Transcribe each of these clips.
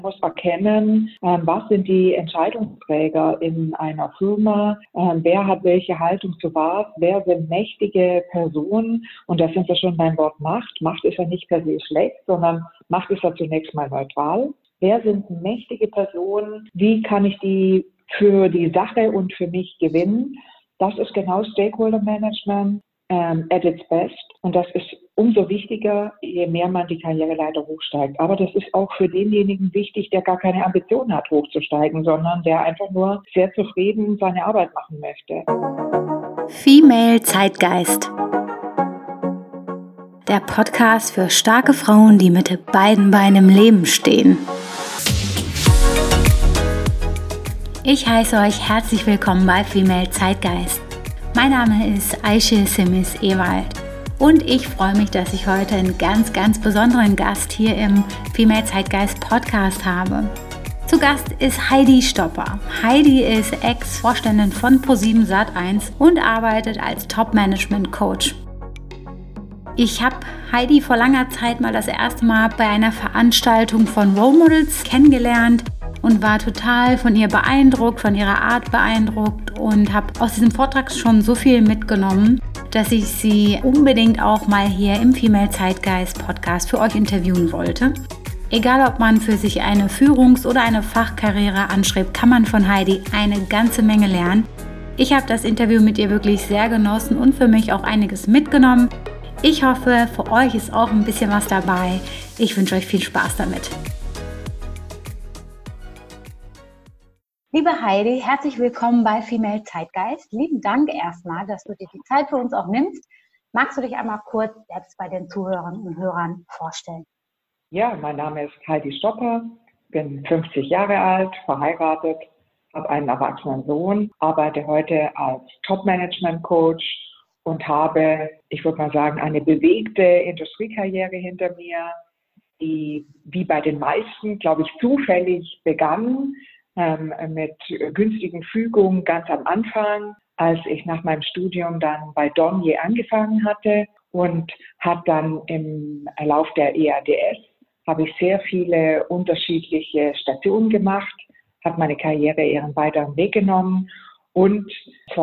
muss erkennen, was sind die Entscheidungsträger in einer Firma, wer hat welche Haltung zu was, wer sind mächtige Personen. Und da sind wir schon beim Wort Macht. Macht ist ja nicht per se schlecht, sondern Macht ist ja zunächst mal neutral. Wer sind mächtige Personen? Wie kann ich die für die Sache und für mich gewinnen? Das ist genau Stakeholder Management at its best. Und das ist umso wichtiger, je mehr man die Karriereleiter hochsteigt. Aber das ist auch für denjenigen wichtig, der gar keine Ambition hat, hochzusteigen, sondern der einfach nur sehr zufrieden seine Arbeit machen möchte. Female Zeitgeist. Der Podcast für starke Frauen, die mit beiden Beinen im Leben stehen. Ich heiße euch herzlich willkommen bei Female Zeitgeist. Mein Name ist Aische Simmis-Ewald und ich freue mich, dass ich heute einen ganz, ganz besonderen Gast hier im Female Zeitgeist Podcast habe. Zu Gast ist Heidi Stopper. Heidi ist Ex-Vorständin von ProSieben Sat.1 und arbeitet als Top-Management-Coach. Ich habe Heidi vor langer Zeit mal das erste Mal bei einer Veranstaltung von Role Models kennengelernt und war total von ihr beeindruckt, von ihrer Art beeindruckt und habe aus diesem Vortrag schon so viel mitgenommen, dass ich sie unbedingt auch mal hier im Female Zeitgeist Podcast für euch interviewen wollte. Egal, ob man für sich eine Führungs- oder eine Fachkarriere anstrebt, kann man von Heidi eine ganze Menge lernen. Ich habe das Interview mit ihr wirklich sehr genossen und für mich auch einiges mitgenommen. Ich hoffe, für euch ist auch ein bisschen was dabei. Ich wünsche euch viel Spaß damit. Liebe Heidi, herzlich willkommen bei Female Zeitgeist. Lieben Dank erstmal, dass du dir die Zeit für uns auch nimmst. Magst du dich einmal kurz selbst bei den Zuhörern und Hörern vorstellen? Ja, mein Name ist Heidi Stopper, bin 50 Jahre alt, verheiratet, habe einen erwachsenen Sohn, arbeite heute als Top-Management-Coach und habe, ich würde mal sagen, eine bewegte Industriekarriere hinter mir, die wie bei den meisten, glaube ich, zufällig begann, mit günstigen Fügungen ganz am Anfang, als ich nach meinem Studium dann bei Dornier angefangen hatte und habe dann im Lauf der EADS habe ich sehr viele unterschiedliche Stationen gemacht, habe meine Karriere ihren weiteren Weg genommen und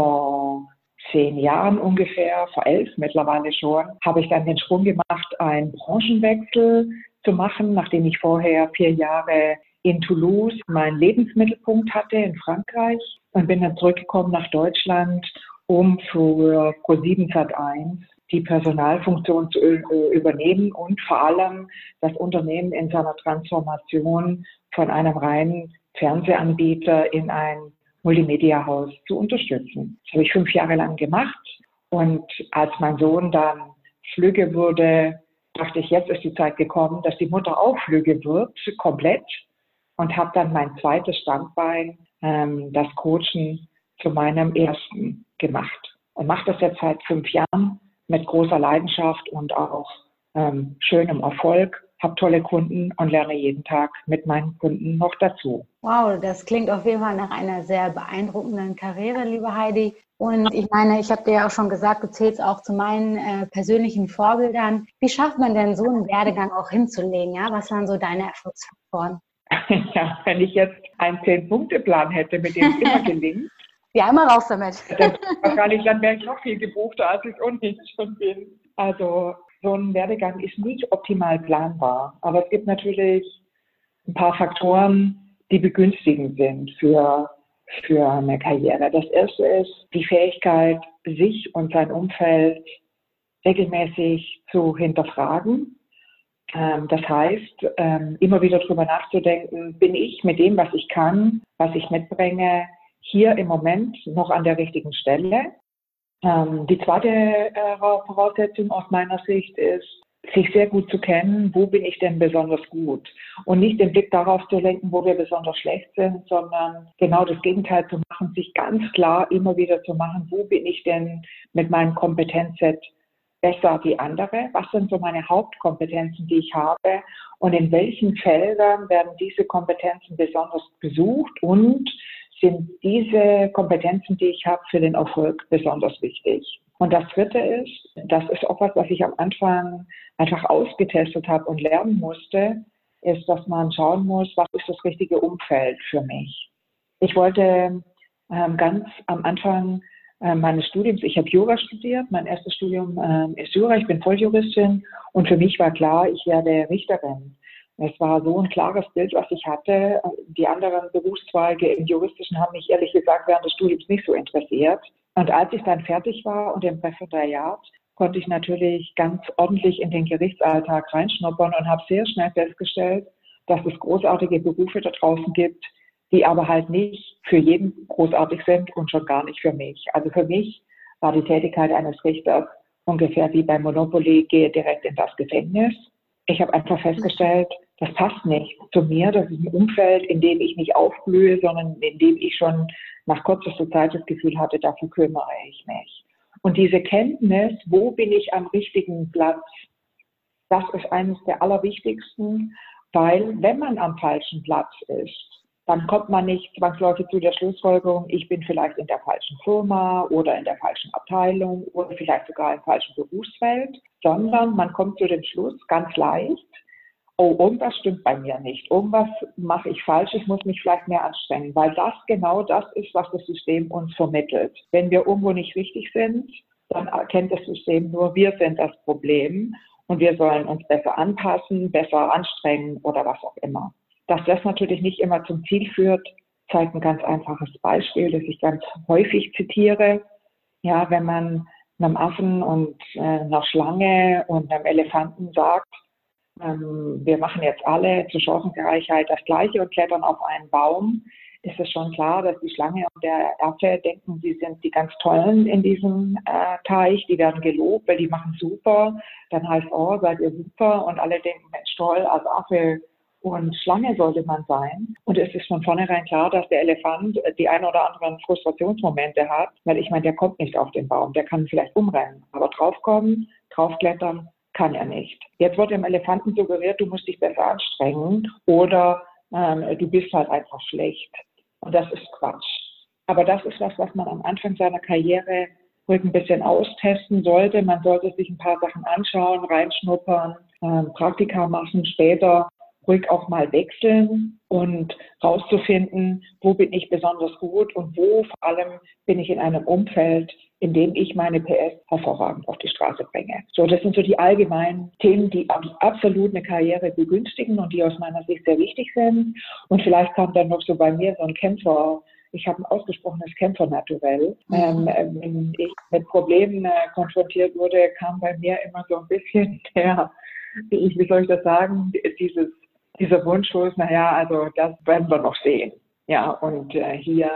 vor 10 Jahren ungefähr, vor 11 mittlerweile schon, habe ich dann den Sprung gemacht, einen Branchenwechsel zu machen, nachdem ich vorher 4 Jahre in Toulouse meinen Lebensmittelpunkt hatte in Frankreich und bin dann zurückgekommen nach Deutschland, um für ProSieben Sat.1 die Personalfunktion zu übernehmen und vor allem das Unternehmen in seiner Transformation von einem reinen Fernsehanbieter in ein Multimedia-Haus zu unterstützen. Das habe ich 5 Jahre lang gemacht und als mein Sohn dann flügge wurde, dachte ich, jetzt ist die Zeit gekommen, dass die Mutter auch flügge wird, komplett. Und habe dann mein zweites Standbein, das Coachen, zu meinem ersten gemacht. Und mache das jetzt seit 5 Jahren mit großer Leidenschaft und auch schönem Erfolg. Habe tolle Kunden und lerne jeden Tag mit meinen Kunden noch dazu. Wow, das klingt auf jeden Fall nach einer sehr beeindruckenden Karriere, liebe Heidi. Und ich meine, ich habe dir ja auch schon gesagt, du zählst auch zu meinen persönlichen Vorbildern. Wie schafft man denn so einen Werdegang auch hinzulegen? Ja? Was waren so deine Erfolgsfaktoren? Ja, wenn ich jetzt einen 10-Punkte-Plan hätte, mit dem es immer gelingt, ja, immer raus damit. Dann wäre ich noch viel gebuchter, als ich ohnehin schon bin. Also so ein Werdegang ist nicht optimal planbar. Aber es gibt natürlich ein paar Faktoren, die begünstigend sind für eine Karriere. Das erste ist die Fähigkeit, sich und sein Umfeld regelmäßig zu hinterfragen. Das heißt, immer wieder darüber nachzudenken, bin ich mit dem, was ich kann, was ich mitbringe, hier im Moment noch an der richtigen Stelle. Die zweite Voraussetzung aus meiner Sicht ist, sich sehr gut zu kennen, wo bin ich denn besonders gut und nicht den Blick darauf zu lenken, wo wir besonders schlecht sind, sondern genau das Gegenteil zu machen, sich ganz klar immer wieder zu machen, wo bin ich denn mit meinem Kompetenzset besser wie andere, was sind so meine Hauptkompetenzen, die ich habe und in welchen Feldern werden diese Kompetenzen besonders gesucht und sind diese Kompetenzen, die ich habe, für den Erfolg besonders wichtig. Und das Dritte ist, das ist auch was ich am Anfang einfach ausgetestet habe und lernen musste, ist, dass man schauen muss, was ist das richtige Umfeld für mich. Ich wollte ganz am Anfang meines Studiums, ich habe Jura studiert, mein erstes Studium ist Jura, ich bin Volljuristin und für mich war klar, ich werde Richterin. Es war so ein klares Bild, was ich hatte. Die anderen Berufszweige im Juristischen haben mich ehrlich gesagt während des Studiums nicht so interessiert. Und als ich dann fertig war und im Referendariat, konnte ich natürlich ganz ordentlich in den Gerichtsalltag reinschnuppern und habe sehr schnell festgestellt, dass es großartige Berufe da draußen gibt, die aber halt nicht für jeden großartig sind und schon gar nicht für mich. Also für mich war die Tätigkeit eines Richters ungefähr wie bei Monopoly, gehe direkt in das Gefängnis. Ich habe einfach festgestellt, das passt nicht zu mir. Das ist ein Umfeld, in dem ich nicht aufblühe, sondern in dem ich schon nach kürzester Zeit das Gefühl hatte, dafür kümmere ich mich. Und diese Kenntnis, wo bin ich am richtigen Platz, das ist eines der allerwichtigsten, weil wenn man am falschen Platz ist, dann kommt man nicht zwangsläufig zu der Schlussfolgerung, ich bin vielleicht in der falschen Firma oder in der falschen Abteilung oder vielleicht sogar im falschen Berufsfeld, sondern man kommt zu dem Schluss ganz leicht, oh, irgendwas stimmt bei mir nicht, irgendwas mache ich falsch, ich muss mich vielleicht mehr anstrengen, weil das genau das ist, was das System uns vermittelt. Wenn wir irgendwo nicht richtig sind, dann erkennt das System nur, wir sind das Problem und wir sollen uns besser anpassen, besser anstrengen oder was auch immer. Dass das natürlich nicht immer zum Ziel führt, zeigt ein ganz einfaches Beispiel, das ich ganz häufig zitiere. Ja, wenn man einem Affen und einer Schlange und einem Elefanten sagt, wir machen jetzt alle zur Chancengleichheit das Gleiche und klettern auf einen Baum, ist es schon klar, dass die Schlange und der Affe denken, sie sind die ganz Tollen in diesem Teich, die werden gelobt, weil die machen super. Dann heißt, oh, seid ihr super und alle denken, Mensch, toll, als Affe und Schlange sollte man sein. Und es ist von vornherein klar, dass der Elefant die ein oder anderen Frustrationsmomente hat, weil ich meine, der kommt nicht auf den Baum, der kann vielleicht umrennen, aber draufkommen, draufklettern kann er nicht. Jetzt wird dem Elefanten suggeriert, du musst dich besser anstrengen oder du bist halt einfach schlecht. Und das ist Quatsch. Aber das ist was man am Anfang seiner Karriere ruhig ein bisschen austesten sollte. Man sollte sich ein paar Sachen anschauen, reinschnuppern, Praktika machen, später ruhig auch mal wechseln und rauszufinden, wo bin ich besonders gut und wo vor allem bin ich in einem Umfeld, in dem ich meine PS hervorragend auf die Straße bringe. So, das sind so die allgemeinen Themen, die absolut eine Karriere begünstigen und die aus meiner Sicht sehr wichtig sind. Und vielleicht kommt dann noch so bei mir so ein Kämpfer. Ich habe ein ausgesprochenes Kämpfernaturell. Wenn ich mit Problemen konfrontiert wurde, kam bei mir immer so ein bisschen wie soll ich das sagen, dieser Wunschlos, naja, also das werden wir noch sehen. Ja, und hier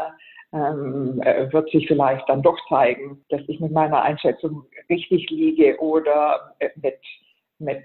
wird sich vielleicht dann doch zeigen, dass ich mit meiner Einschätzung richtig liege oder mit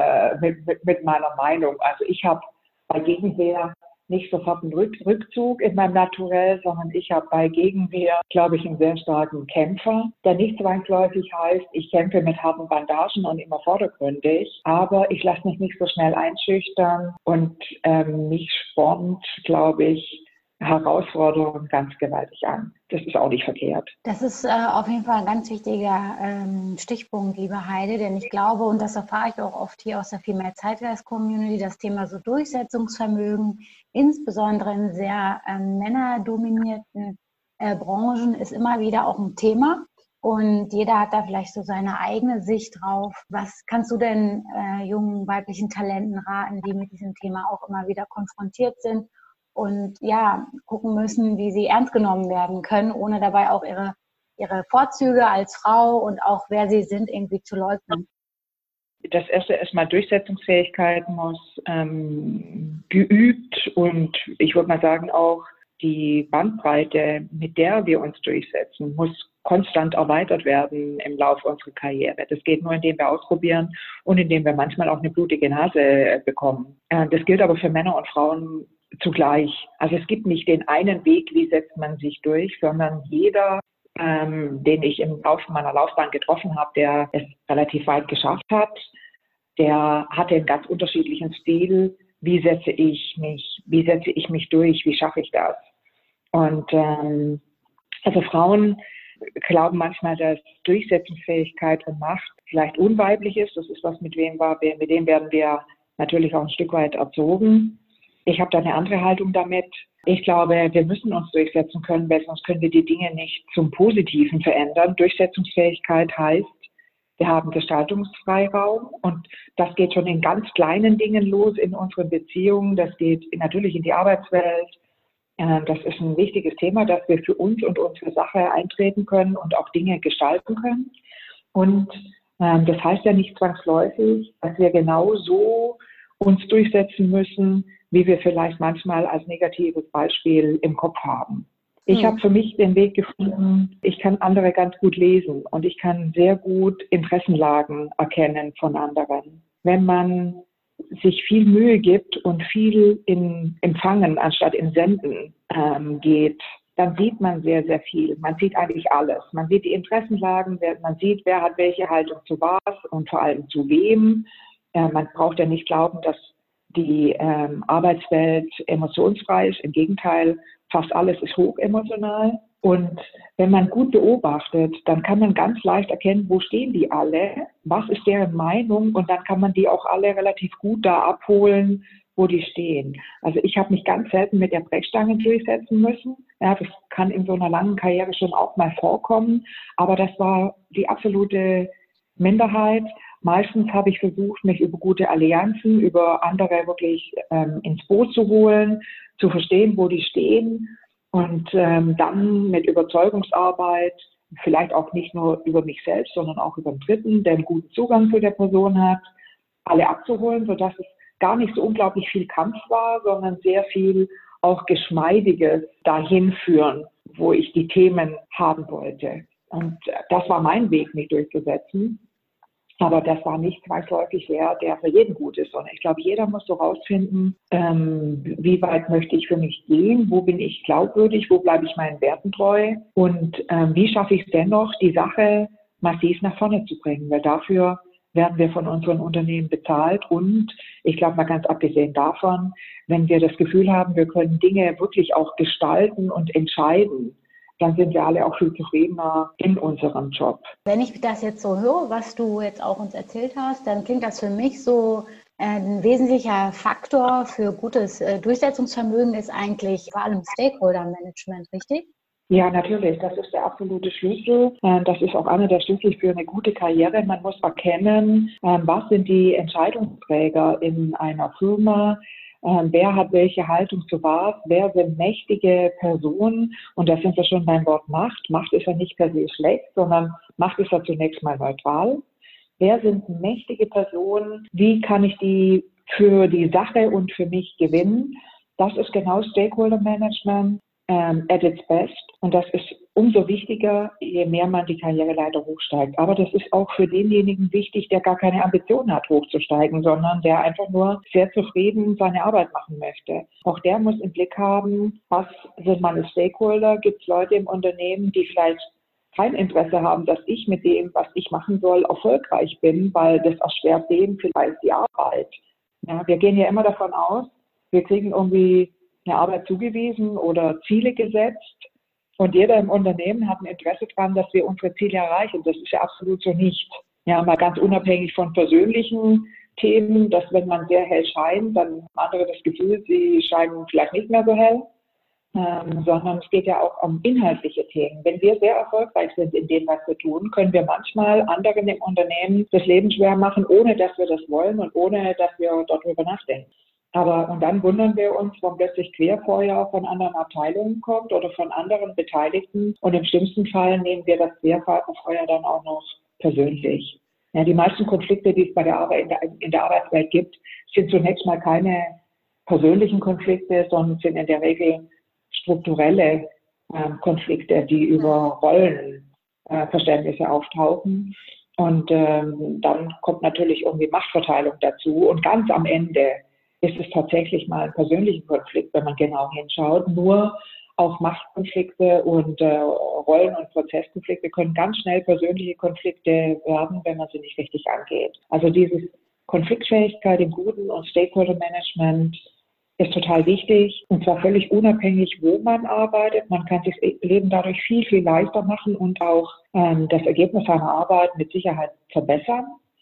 meiner Meinung. Also ich habe bei Gegenwehr nicht sofort einen Rückzug in meinem Naturell, sondern ich habe bei Gegenwehr, glaube ich, einen sehr starken Kämpfer, der nicht zwangsläufig heißt, ich kämpfe mit harten Bandagen und immer vordergründig, aber ich lasse mich nicht so schnell einschüchtern und mich spornt, glaube ich, Herausforderungen ganz gewaltig an. Das ist auch nicht verkehrt. Das ist auf jeden Fall ein ganz wichtiger Stichpunkt, liebe Heide, denn ich glaube, und das erfahre ich auch oft hier aus der Female Zeitgeist-Community, das Thema so Durchsetzungsvermögen, insbesondere in sehr männerdominierten Branchen, ist immer wieder auch ein Thema. Und jeder hat da vielleicht so seine eigene Sicht drauf. Was kannst du denn jungen weiblichen Talenten raten, die mit diesem Thema auch immer wieder konfrontiert sind? Und ja, gucken müssen, wie sie ernst genommen werden können, ohne dabei auch ihre Vorzüge als Frau und auch wer sie sind irgendwie zu leugnen. Das erste erstmal Durchsetzungsfähigkeit muss geübt und ich würde mal sagen auch die Bandbreite, mit der wir uns durchsetzen, muss konstant erweitert werden im Laufe unserer Karriere. Das geht nur, indem wir ausprobieren und indem wir manchmal auch eine blutige Nase bekommen. Das gilt aber für Männer und Frauen zugleich. Also es gibt nicht den einen Weg, wie setzt man sich durch, sondern jeder, den ich im Laufe meiner Laufbahn getroffen habe, der es relativ weit geschafft hat, der hatte einen ganz unterschiedlichen Stil. Wie setze ich mich durch? Wie schaffe ich das? Und also Frauen glauben manchmal, dass Durchsetzungsfähigkeit und Macht vielleicht unweiblich ist. Das ist was, mit dem werden wir natürlich auch ein Stück weit erzogen. Ich habe da eine andere Haltung damit. Ich glaube, wir müssen uns durchsetzen können, weil sonst können wir die Dinge nicht zum Positiven verändern. Durchsetzungsfähigkeit heißt, wir haben Gestaltungsfreiraum und das geht schon in ganz kleinen Dingen los in unseren Beziehungen. Das geht natürlich in die Arbeitswelt. Das ist ein wichtiges Thema, dass wir für uns und unsere Sache eintreten können und auch Dinge gestalten können. Und das heißt ja nicht zwangsläufig, dass wir genauso uns durchsetzen müssen, wie wir vielleicht manchmal als negatives Beispiel im Kopf haben. Ich habe für mich den Weg gefunden, ich kann andere ganz gut lesen und ich kann sehr gut Interessenlagen erkennen von anderen. Wenn man sich viel Mühe gibt und viel in Empfangen anstatt in Senden geht, dann sieht man sehr, sehr viel. Man sieht eigentlich alles. Man sieht die Interessenlagen, man sieht, wer hat welche Haltung zu was und vor allem zu wem. Man braucht ja nicht glauben, dass die Arbeitswelt emotionsfrei ist. Im Gegenteil, fast alles ist hochemotional. Und wenn man gut beobachtet, dann kann man ganz leicht erkennen, wo stehen die alle, was ist deren Meinung und dann kann man die auch alle relativ gut da abholen, wo die stehen. Also ich habe mich ganz selten mit der Brechstange durchsetzen müssen. Ja, das kann in so einer langen Karriere schon auch mal vorkommen, aber das war die absolute Minderheit. Meistens habe ich versucht, mich über gute Allianzen, über andere wirklich ins Boot zu holen, zu verstehen, wo die stehen und dann mit Überzeugungsarbeit, vielleicht auch nicht nur über mich selbst, sondern auch über den Dritten, der einen guten Zugang zu der Person hat, alle abzuholen, sodass es gar nicht so unglaublich viel Kampf war, sondern sehr viel auch Geschmeidiges dahin führen, wo ich die Themen haben wollte. Und das war mein Weg, mich durchzusetzen. Aber das war nicht zwangsläufig der für jeden gut ist, sondern ich glaube, jeder muss so rausfinden, wie weit möchte ich für mich gehen, wo bin ich glaubwürdig, wo bleibe ich meinen Werten treu und wie schaffe ich es dennoch, die Sache massiv nach vorne zu bringen, weil dafür werden wir von unseren Unternehmen bezahlt und ich glaube mal ganz abgesehen davon, wenn wir das Gefühl haben, wir können Dinge wirklich auch gestalten und entscheiden, dann sind wir alle auch viel zufriedener in unserem Job. Wenn ich das jetzt so höre, was du jetzt auch uns erzählt hast, dann klingt das für mich so, ein wesentlicher Faktor für gutes Durchsetzungsvermögen ist eigentlich vor allem Stakeholder-Management, richtig? Ja, natürlich. Das ist der absolute Schlüssel. Das ist auch einer der Schlüssel für eine gute Karriere. Man muss erkennen, was sind die Entscheidungsträger in einer Firma, wer hat welche Haltung zu was, wer sind mächtige Personen. Und da sind wir schon beim Wort Macht. Macht ist ja nicht per se schlecht, sondern Macht ist ja zunächst mal neutral. Wer sind mächtige Personen? Wie kann ich die für die Sache und für mich gewinnen? Das ist genau Stakeholder Management at its best. Und das ist umso wichtiger, je mehr man die Karriereleiter hochsteigt. Aber das ist auch für denjenigen wichtig, der gar keine Ambition hat, hochzusteigen, sondern der einfach nur sehr zufrieden seine Arbeit machen möchte. Auch der muss im Blick haben, was sind meine Stakeholder? Gibt es Leute im Unternehmen, die vielleicht kein Interesse haben, dass ich mit dem, was ich machen soll, erfolgreich bin, weil das erschwert dem vielleicht die Arbeit. Ja, wir gehen ja immer davon aus, wir kriegen irgendwie eine Arbeit zugewiesen oder Ziele gesetzt und jeder im Unternehmen hat ein Interesse daran, dass wir unsere Ziele erreichen. Das ist ja absolut so nicht. Ja, mal ganz unabhängig von persönlichen Themen, dass wenn man sehr hell scheint, dann haben andere das Gefühl, sie scheinen vielleicht nicht mehr so hell, sondern es geht ja auch um inhaltliche Themen. Wenn wir sehr erfolgreich sind in dem, was wir tun, können wir manchmal anderen im Unternehmen das Leben schwer machen, ohne dass wir das wollen und ohne dass wir darüber nachdenken. Und dann wundern wir uns, warum plötzlich Querfeuer von anderen Abteilungen kommt oder von anderen Beteiligten. Und im schlimmsten Fall nehmen wir das Querfeuer dann auch noch persönlich. Ja, die meisten Konflikte, die es bei der Arbeit in der Arbeitswelt gibt, sind zunächst mal keine persönlichen Konflikte, sondern sind in der Regel strukturelle Konflikte, die über Rollenverständnisse auftauchen. Und dann kommt natürlich irgendwie Machtverteilung dazu. Und ganz am Ende ist es tatsächlich mal ein persönlicher Konflikt, wenn man genau hinschaut. Nur auch Machtkonflikte und Rollen- und Prozesskonflikte können ganz schnell persönliche Konflikte werden, wenn man sie nicht richtig angeht. Also diese Konfliktfähigkeit im Guten und Stakeholder-Management ist total wichtig und zwar völlig unabhängig, wo man arbeitet. Man kann sich das Leben dadurch viel, viel leichter machen und auch das Ergebnis seiner Arbeit mit Sicherheit verbessern.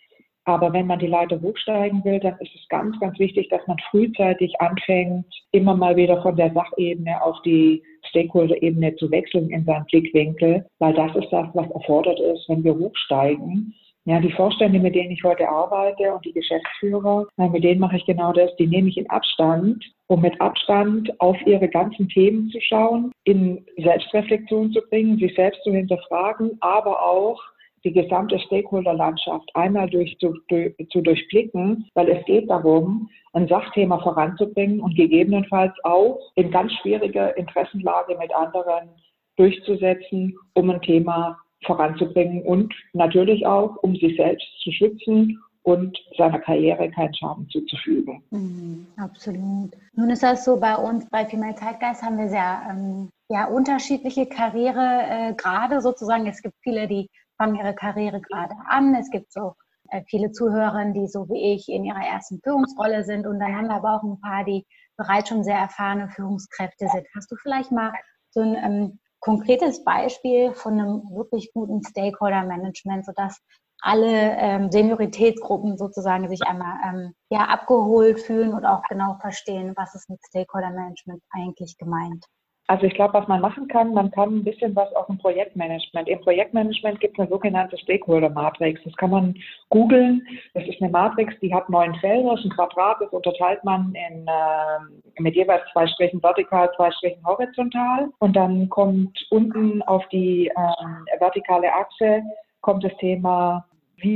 Aber wenn man die Leiter hochsteigen will, dann ist es ganz, ganz wichtig, dass man frühzeitig anfängt, immer mal wieder von der Sachebene auf die Stakeholder-Ebene zu wechseln in seinem Blickwinkel, weil das ist das, was erfordert ist, wenn wir hochsteigen. Ja, die Vorstände, mit denen ich heute arbeite und die Geschäftsführer, mit denen mache ich genau das, die nehme ich in Abstand, um mit Abstand auf ihre ganzen Themen zu schauen, in Selbstreflexion zu bringen, sich selbst zu hinterfragen, aber auch die gesamte Stakeholder-Landschaft einmal zu durchblicken, weil es geht darum, ein Sachthema voranzubringen und gegebenenfalls auch in ganz schwieriger Interessenlage mit anderen durchzusetzen, um ein Thema voranzubringen und natürlich auch, um sich selbst zu schützen und seiner Karriere keinen Schaden zuzufügen. Absolut. Nun ist das so, bei uns bei Female Zeitgeist haben wir sehr unterschiedliche Karriere gerade sozusagen. Es gibt viele, die fangen ihre Karriere gerade an. Es gibt so viele Zuhörer, die so wie ich in ihrer ersten Führungsrolle sind, und dann haben wir aber auch ein paar, die bereits schon sehr erfahrene Führungskräfte sind. Hast du vielleicht mal so ein konkretes Beispiel von einem wirklich guten Stakeholder-Management, sodass alle Senioritätsgruppen sozusagen sich einmal abgeholt fühlen und auch genau verstehen, was ist mit Stakeholder-Management eigentlich gemeint? Also ich glaube, was man machen kann, man kann ein bisschen was aus dem Projektmanagement. Im Projektmanagement gibt es eine sogenannte Stakeholder-Matrix. Das kann man googeln. Das ist eine Matrix, die hat 9 Felder, das ist ein Quadrat, das unterteilt man mit jeweils 2 Strichen vertikal, 2 Strichen horizontal. Und dann kommt unten auf die vertikale Achse kommt das Thema,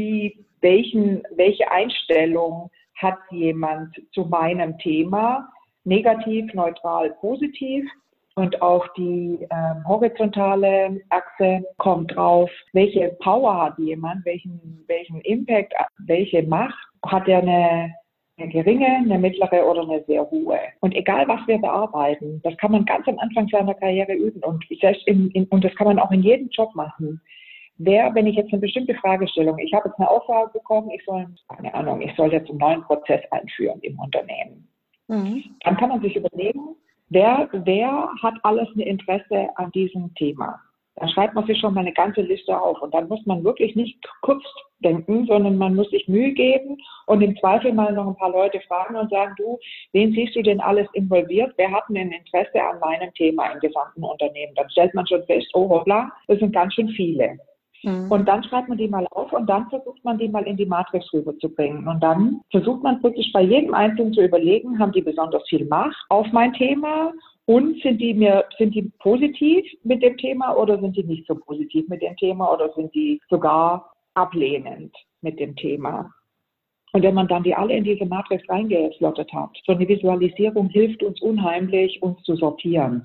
welche Einstellung hat jemand zu meinem Thema, negativ, neutral, positiv. Und auf die horizontale Achse kommt drauf, welche Power hat jemand, welchen Impact, welche Macht hat er, eine geringe, eine mittlere oder eine sehr hohe. Und egal, was wir bearbeiten, das kann man ganz am Anfang seiner Karriere üben und selbst und das kann man auch in jedem Job machen. Wenn ich jetzt eine bestimmte Fragestellung, ich habe jetzt eine Aufgabe bekommen, ich soll jetzt einen neuen Prozess einführen im Unternehmen. Dann kann man sich überlegen, wer hat alles ein Interesse an diesem Thema? Dann schreibt man sich schon mal eine ganze Liste auf und dann muss man wirklich nicht kurz denken, sondern man muss sich Mühe geben und im Zweifel mal noch ein paar Leute fragen und sagen, du, wen siehst du denn alles involviert? Wer hat denn ein Interesse an meinem Thema im gesamten Unternehmen? Dann stellt man schon fest, oh hoppla, das sind ganz schön viele. Und dann schreibt man die mal auf und dann versucht man die mal in die Matrix rüberzubringen. Und dann versucht man wirklich bei jedem Einzelnen zu überlegen, haben die besonders viel Macht auf mein Thema und sind die positiv mit dem Thema oder sind die nicht so positiv mit dem Thema oder sind die sogar ablehnend mit dem Thema? Und wenn man dann die alle in diese Matrix reingeslottet hat, so eine Visualisierung hilft uns unheimlich, uns zu sortieren.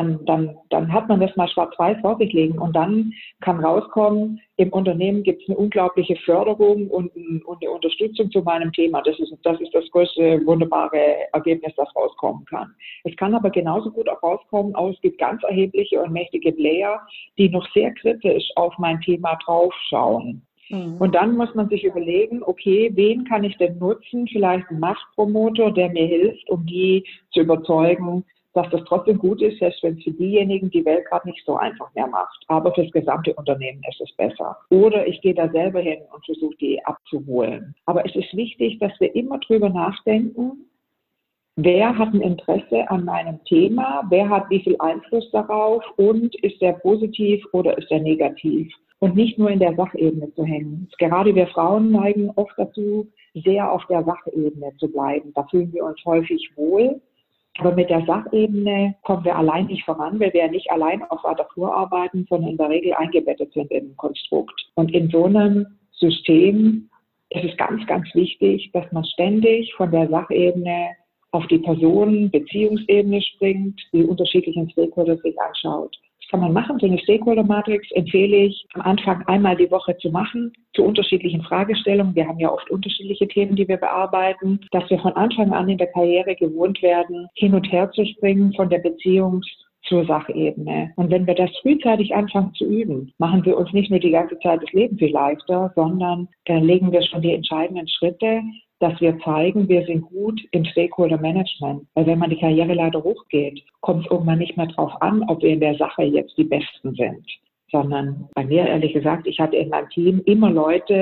Dann hat man das mal schwarz-weiß vor sich liegen und dann kann rauskommen, im Unternehmen gibt es eine unglaubliche Förderung und eine Unterstützung zu meinem Thema. Das ist das größte, wunderbare Ergebnis, das rauskommen kann. Es kann aber genauso gut auch rauskommen, es gibt ganz erhebliche und mächtige Player, die noch sehr kritisch auf mein Thema draufschauen. Und dann muss man sich überlegen, okay, wen kann ich denn nutzen? Vielleicht einen Machtpromoter, der mir hilft, um die zu überzeugen, dass das trotzdem gut ist, selbst wenn es für diejenigen die Welt gerade nicht so einfach mehr macht. Aber für das gesamte Unternehmen ist es besser. Oder ich gehe da selber hin und versuche, die abzuholen. Aber es ist wichtig, dass wir immer drüber nachdenken, wer hat ein Interesse an meinem Thema, wer hat wie viel Einfluss darauf und ist der positiv oder ist der negativ? Und nicht nur in der Sachebene zu hängen. Gerade wir Frauen neigen oft dazu, sehr auf der Sachebene zu bleiben. Da fühlen wir uns häufig wohl. Aber mit der Sachebene kommen wir allein nicht voran, weil wir ja nicht allein auf Architektur arbeiten, sondern in der Regel eingebettet sind in ein Konstrukt. Und in so einem System ist es ganz, ganz wichtig, dass man ständig von der Sachebene auf die Personen-Beziehungsebene springt, die unterschiedlichen Stakeholder sich anschaut. Das kann man machen. So eine Stakeholder-Matrix empfehle ich am Anfang einmal die Woche zu machen, zu unterschiedlichen Fragestellungen. Wir haben ja oft unterschiedliche Themen, die wir bearbeiten, dass wir von Anfang an in der Karriere gewohnt werden, hin und her zu springen von der Beziehungs- zur Sachebene. Und wenn wir das frühzeitig anfangen zu üben, machen wir uns nicht nur die ganze Zeit das Leben viel leichter, sondern legen wir schon die entscheidenden Schritte, dass wir zeigen, wir sind gut im Stakeholder-Management. Weil wenn man die Karriereleiter hochgeht, kommt es irgendwann nicht mehr drauf an, ob wir in der Sache jetzt die Besten sind. Sondern bei mir, ehrlich gesagt, ich hatte in meinem Team immer Leute,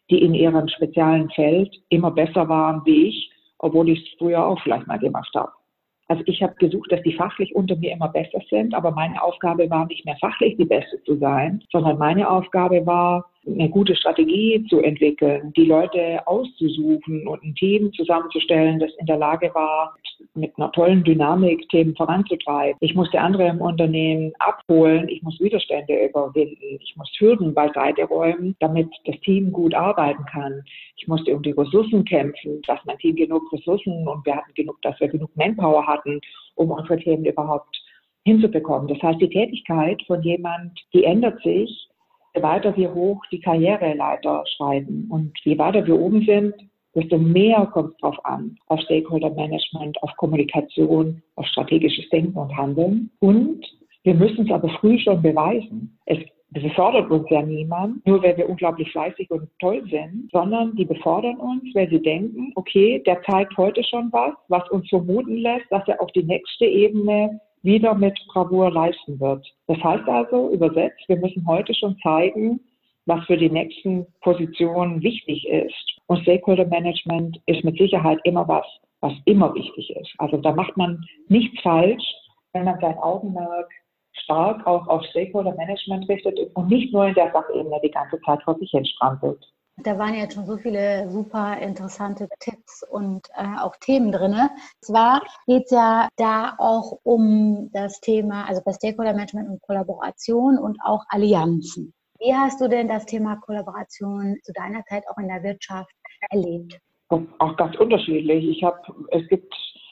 die in ihrem speziellen Feld immer besser waren wie ich, obwohl ich es früher auch vielleicht mal gemacht habe. Also ich habe gesucht, dass die fachlich unter mir immer besser sind, aber meine Aufgabe war nicht mehr fachlich die Beste zu sein, sondern meine Aufgabe war, eine gute Strategie zu entwickeln, die Leute auszusuchen und ein Team zusammenzustellen, das in der Lage war, mit einer tollen Dynamik Themen voranzutreiben. Ich musste andere im Unternehmen abholen, ich muss Widerstände überwinden, ich muss Hürden beiseite räumen, damit das Team gut arbeiten kann. Ich musste um die Ressourcen kämpfen, dass mein Team genug Ressourcen und dass wir genug Manpower hatten, um unsere Themen überhaupt hinzubekommen. Das heißt, die Tätigkeit von jemand, die ändert sich, je weiter wir hoch die Karriereleiter schreiten. Und je weiter wir oben sind, desto mehr kommt es darauf an, auf Stakeholder-Management, auf Kommunikation, auf strategisches Denken und Handeln. Und wir müssen es aber früh schon beweisen. Es befördert uns ja niemand, nur weil wir unglaublich fleißig und toll sind, sondern die befördern uns, weil sie denken, okay, der zeigt heute schon was uns vermuten lässt, dass er auf die nächste Ebene wieder mit Bravour leisten wird. Das heißt also, übersetzt, wir müssen heute schon zeigen, was für die nächsten Positionen wichtig ist. Und Stakeholder Management ist mit Sicherheit immer was immer wichtig ist. Also da macht man nichts falsch, wenn man sein Augenmerk stark auch auf Stakeholder Management richtet und nicht nur in der Sachebene die ganze Zeit vor sich hin strampelt. Da waren jetzt schon so viele super interessante Tipps und auch Themen drin. Zwar geht es ja da auch um das Thema, also bei Stakeholder Management und Kollaboration und auch Allianzen. Wie hast du denn das Thema Kollaboration zu deiner Zeit auch in der Wirtschaft erlebt? Auch ganz unterschiedlich. Es gibt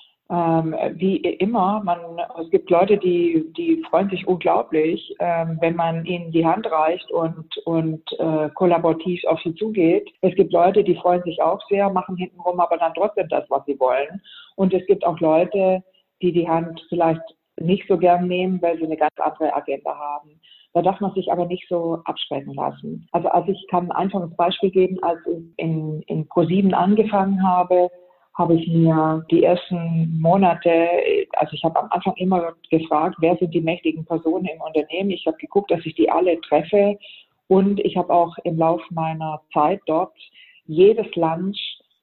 wie immer, es gibt Leute, die freuen sich unglaublich, wenn man ihnen die Hand reicht und kollaborativ auf sie zugeht. Es gibt Leute, die freuen sich auch sehr, machen hintenrum aber dann trotzdem das, was sie wollen. Und es gibt auch Leute, die die Hand vielleicht nicht so gern nehmen, weil sie eine ganz andere Agenda haben. Da darf man sich aber nicht so abschrecken lassen. Also ich kann einfach ein Beispiel geben, als ich in ProSieben angefangen habe ich mir die ersten Monate, also ich habe am Anfang immer gefragt, wer sind die mächtigen Personen im Unternehmen. Ich habe geguckt, dass ich die alle treffe und ich habe auch im Laufe meiner Zeit dort jedes Lunch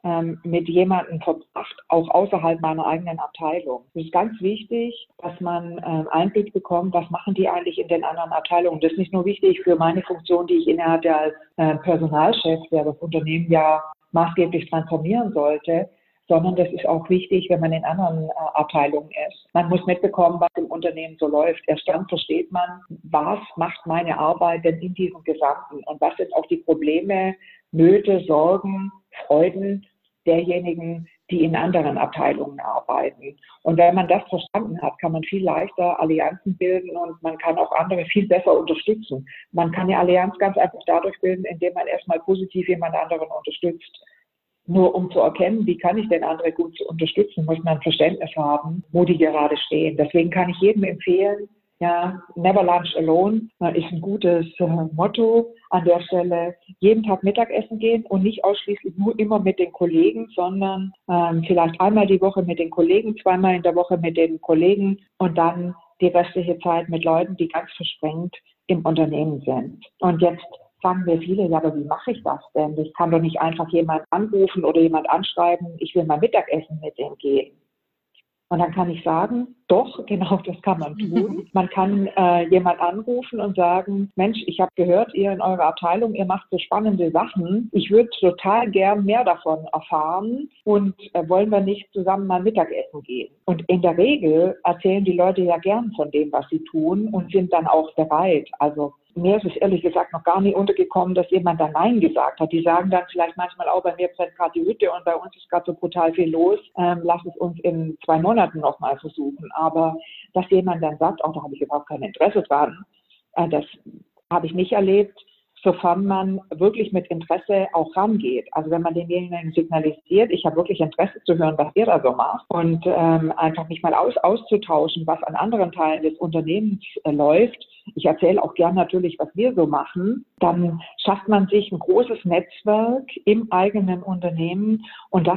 mit jemandem verbracht, auch außerhalb meiner eigenen Abteilung. Es ist ganz wichtig, dass man Einblick bekommt, was machen die eigentlich in den anderen Abteilungen. Das ist nicht nur wichtig für meine Funktion, die ich innehatte als Personalchef, der das Unternehmen ja maßgeblich transformieren sollte, sondern das ist auch wichtig, wenn man in anderen Abteilungen ist. Man muss mitbekommen, was im Unternehmen so läuft. Erst dann versteht man, was macht meine Arbeit denn in diesem Gesamten und was sind auch die Probleme, Nöte, Sorgen, Freuden derjenigen, die in anderen Abteilungen arbeiten. Und wenn man das verstanden hat, kann man viel leichter Allianzen bilden und man kann auch andere viel besser unterstützen. Man kann eine Allianz ganz einfach dadurch bilden, indem man erstmal positiv jemand anderen unterstützt. Nur um zu erkennen, wie kann ich denn andere gut unterstützen, muss man ein Verständnis haben, wo die gerade stehen. Deswegen kann ich jedem empfehlen, ja, never lunch alone ist ein gutes Motto an der Stelle. Jeden Tag Mittagessen gehen und nicht ausschließlich nur immer mit den Kollegen, sondern vielleicht einmal die Woche mit den Kollegen, zweimal in der Woche mit den Kollegen und dann die restliche Zeit mit Leuten, die ganz versprengt im Unternehmen sind. Und jetzt sagen wir viele, ja, aber wie mache ich das denn? Ich kann doch nicht einfach jemand anrufen oder jemand anschreiben, ich will mal Mittagessen mit dem gehen. Und dann kann ich sagen, doch, genau das kann man tun. Man kann jemand anrufen und sagen, Mensch, ich habe gehört, ihr in eurer Abteilung, ihr macht so spannende Sachen. Ich würde total gern mehr davon erfahren und wollen wir nicht zusammen mal Mittagessen gehen? Und in der Regel erzählen die Leute ja gern von dem, was sie tun und sind dann auch bereit. Also mir ist es ehrlich gesagt noch gar nie untergekommen, dass jemand da Nein gesagt hat. Die sagen dann vielleicht manchmal auch, bei mir brennt gerade die Hütte und bei uns ist gerade so brutal viel los. Lass es uns in 2 Monaten nochmal versuchen. Aber dass jemand dann sagt, oh, da habe ich überhaupt kein Interesse dran, das habe ich nicht erlebt, sofern man wirklich mit Interesse auch rangeht. Also wenn man denjenigen signalisiert, ich habe wirklich Interesse zu hören, was ihr da so macht und einfach mich mal auszutauschen, was an anderen Teilen des Unternehmens läuft. Ich erzähle auch gern natürlich, was wir so machen. Dann schafft man sich ein großes Netzwerk im eigenen Unternehmen und das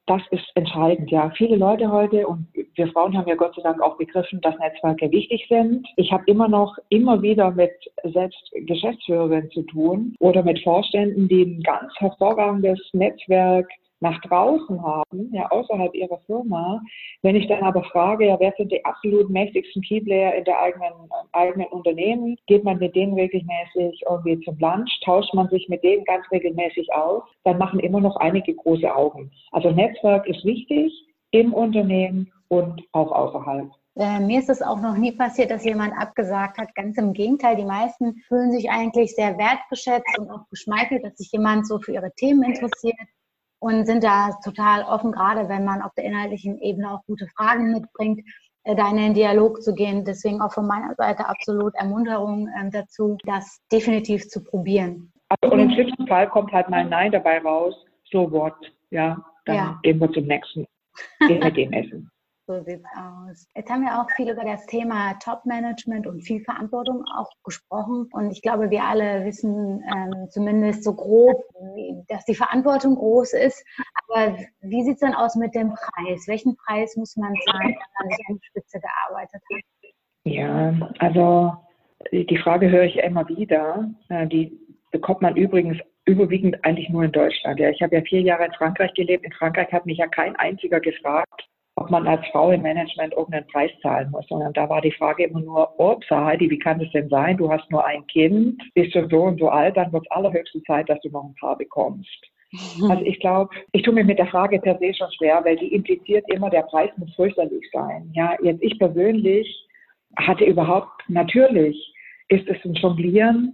das ist entscheidend, ja. Viele Leute heute und wir Frauen haben ja Gott sei Dank auch begriffen, dass Netzwerke wichtig sind. Ich habe immer wieder mit selbst Geschäftsführerinnen zu tun oder mit Vorständen, die ein ganz hervorragendes Netzwerk nach draußen haben, ja, außerhalb ihrer Firma. Wenn ich dann aber frage, ja, wer sind die absolut mächtigsten Keyplayer in der eigenen Unternehmen, geht man mit denen regelmäßig irgendwie zum Lunch, tauscht man sich mit denen ganz regelmäßig aus, dann machen immer noch einige große Augen. Also Netzwerk ist wichtig im Unternehmen und auch außerhalb. Mir ist es auch noch nie passiert, dass jemand abgesagt hat. Ganz im Gegenteil, die meisten fühlen sich eigentlich sehr wertgeschätzt und auch geschmeichelt, dass sich jemand so für ihre Themen interessiert. Und sind da total offen, gerade wenn man auf der inhaltlichen Ebene auch gute Fragen mitbringt, da in den Dialog zu gehen. Deswegen auch von meiner Seite absolut Ermunterung dazu, das definitiv zu probieren. Also, und im schlimmsten Fall kommt halt mal ein Nein dabei raus, so what, ja, dann gehen wir zum nächsten, gehen mit dem essen. So sieht's aus. Jetzt haben wir auch viel über das Thema Top-Management und viel Verantwortung auch gesprochen. Und ich glaube, wir alle wissen zumindest so grob, dass die Verantwortung groß ist. Aber wie sieht's denn aus mit dem Preis? Welchen Preis muss man zahlen, wenn man sich an die Spitze gearbeitet hat? Ja, also die Frage höre ich immer wieder. Die bekommt man übrigens überwiegend eigentlich nur in Deutschland. Ja, ich habe ja 4 Jahre in Frankreich gelebt. In Frankreich hat mich ja kein einziger gefragt, ob man als Frau im Management irgendeinen Preis zahlen muss, sondern da war die Frage immer nur, Heidi, wie kann das denn sein? Du hast nur ein Kind, bist schon so und so alt, dann wird es allerhöchste Zeit, dass du noch ein Paar bekommst. Also ich glaube, ich tue mir mit der Frage per se schon schwer, weil die impliziert immer, der Preis muss fürchterlich sein. Ja, jetzt ich persönlich hatte natürlich ist es ein Jonglieren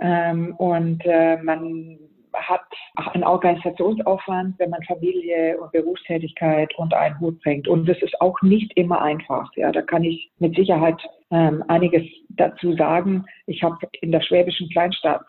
und man hat einen Organisationsaufwand, wenn man Familie und Berufstätigkeit unter einen Hut bringt. Und das ist auch nicht immer einfach. Ja, da kann ich mit Sicherheit einiges dazu sagen. Ich habe in der schwäbischen Kleinstadt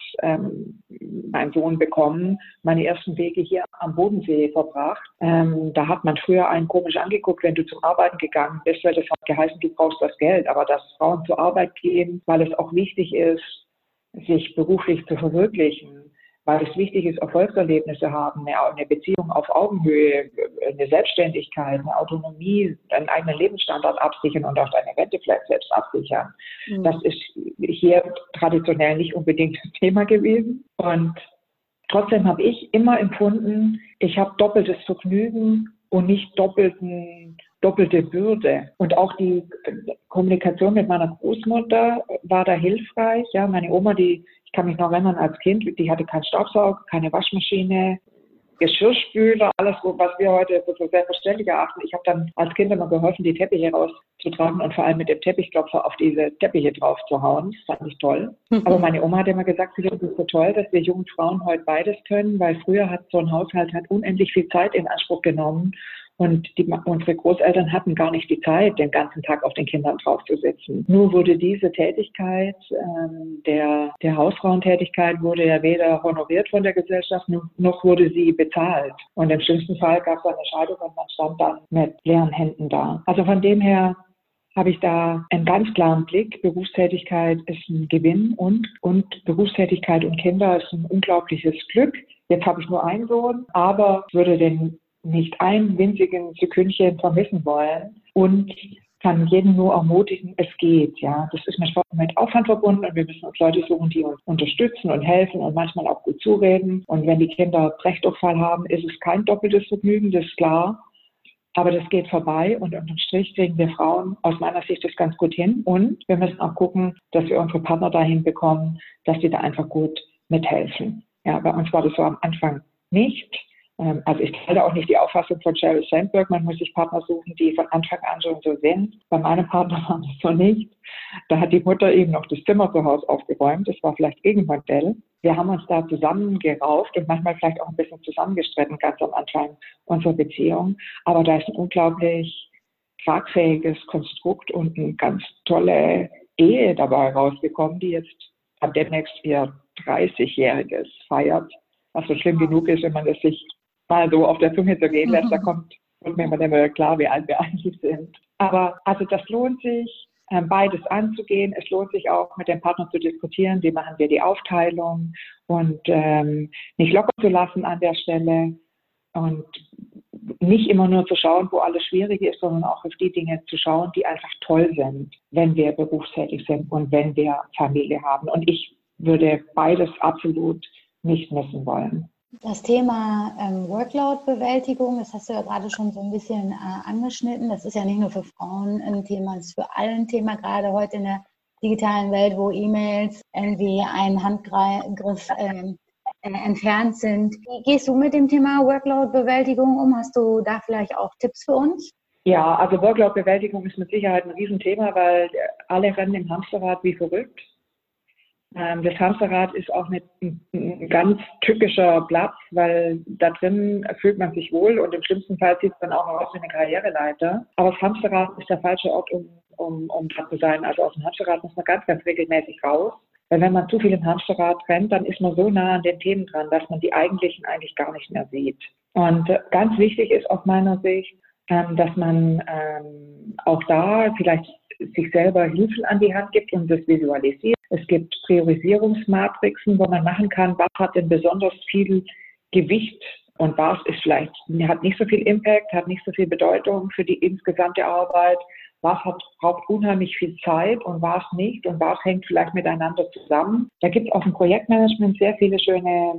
meinen Sohn bekommen, meine ersten Wege hier am Bodensee verbracht. Da hat man früher einen komisch angeguckt, wenn du zum Arbeiten gegangen bist, weil das hat geheißen, du brauchst das Geld. Aber dass Frauen zur Arbeit gehen, weil es auch wichtig ist, sich beruflich zu verwirklichen, weil es wichtig ist, Erfolgserlebnisse haben, eine Beziehung auf Augenhöhe, eine Selbstständigkeit, eine Autonomie, einen eigenen Lebensstandard absichern und auch deine Rente vielleicht selbst absichern. Mhm. Das ist hier traditionell nicht unbedingt das Thema gewesen. Und trotzdem habe ich immer empfunden, ich habe doppeltes Vergnügen und nicht doppelte Bürde. Und auch die Kommunikation mit meiner Großmutter war da hilfreich. Ja, meine Oma, ich kann mich noch erinnern als Kind, die hatte keinen Staubsauger, keine Waschmaschine, Geschirrspüler, alles, was wir heute so selbstverständlich erachten. Ich habe dann als Kind immer geholfen, die Teppiche rauszutragen und vor allem mit dem Teppichklopfer auf diese Teppiche drauf zu hauen. Das fand ich toll. Aber meine Oma hat immer gesagt, es ist so toll, dass wir jungen Frauen heute beides können, weil früher hat so ein Haushalt unendlich viel Zeit in Anspruch genommen. Und unsere Großeltern hatten gar nicht die Zeit, den ganzen Tag auf den Kindern draufzusitzen. Nur wurde diese Tätigkeit, der Hausfrauentätigkeit, wurde ja weder honoriert von der Gesellschaft, noch wurde sie bezahlt. Und im schlimmsten Fall gab es eine Scheidung und man stand dann mit leeren Händen da. Also von dem her habe ich da einen ganz klaren Blick. Berufstätigkeit ist ein Gewinn und Berufstätigkeit und Kinder ist ein unglaubliches Glück. Jetzt habe ich nur einen Sohn, aber würde den nicht ein winzigen Sekündchen vermissen wollen und kann jeden nur ermutigen, es geht. Ja, das ist mit Aufwand verbunden und wir müssen uns Leute suchen, die uns unterstützen und helfen und manchmal auch gut zureden. Und wenn die Kinder Brechdurchfall haben, ist es kein doppeltes Vergnügen, das ist klar. Aber das geht vorbei und unterm Strich kriegen wir Frauen aus meiner Sicht das ganz gut hin. Und wir müssen auch gucken, dass wir unsere Partner dahin bekommen, dass die da einfach gut mithelfen. Ja, bei uns war das so am Anfang nicht. Also ich teile auch nicht die Auffassung von Sheryl Sandberg, man muss sich Partner suchen, die von Anfang an schon so sind. Bei meinem Partner war das so nicht. Da hat die Mutter eben noch das Zimmer zu Hause aufgeräumt, das war vielleicht Gegenmodell. Wir haben uns da zusammengerauft und manchmal vielleicht auch ein bisschen zusammengestritten, ganz am Anfang unserer Beziehung. Aber da ist ein unglaublich tragfähiges Konstrukt und eine ganz tolle Ehe dabei rausgekommen, die jetzt demnächst ihr 30-Jähriges feiert. Was so schlimm genug ist, wenn man das sich mal so auf der Zunge zergehen lässt, da wird mir immer klar, wie alt wir eigentlich sind. Aber also das lohnt sich, beides anzugehen. Es lohnt sich auch, mit dem Partner zu diskutieren, wie machen wir die Aufteilung und nicht locker zu lassen an der Stelle. Und nicht immer nur zu schauen, wo alles schwierig ist, sondern auch auf die Dinge zu schauen, die einfach toll sind, wenn wir berufstätig sind und wenn wir Familie haben. Und ich würde beides absolut nicht missen wollen. Das Thema Workload-Bewältigung, das hast du ja gerade schon so ein bisschen angeschnitten. Das ist ja nicht nur für Frauen ein Thema, es ist für alle ein Thema, gerade heute in der digitalen Welt, wo E-Mails irgendwie einen Handgriff entfernt sind. Wie gehst du mit dem Thema Workload-Bewältigung um? Hast du da vielleicht auch Tipps für uns? Ja, also Workload-Bewältigung ist mit Sicherheit ein Riesenthema, weil alle rennen im Hamsterrad wie verrückt. Das Hamsterrad ist auch ein ganz tückischer Platz, weil da drin fühlt man sich wohl und im schlimmsten Fall sieht es dann auch noch aus wie eine Karriereleiter. Aber das Hamsterrad ist der falsche Ort, um dran zu sein. Also aus dem Hamsterrad muss man ganz, ganz regelmäßig raus. Weil wenn man zu viel im Hamsterrad rennt, dann ist man so nah an den Themen dran, dass man die eigentlichen eigentlich gar nicht mehr sieht. Und ganz wichtig ist aus meiner Sicht, dass man auch da vielleicht sich selber Hilfen an die Hand gibt und das visualisiert. Es gibt Priorisierungsmatrixen, wo man machen kann, was hat denn besonders viel Gewicht und was ist vielleicht, hat nicht so viel Impact, hat nicht so viel Bedeutung für die insgesamte Arbeit, was braucht unheimlich viel Zeit und was nicht und was hängt vielleicht miteinander zusammen. Da gibt es auch im Projektmanagement sehr viele schöne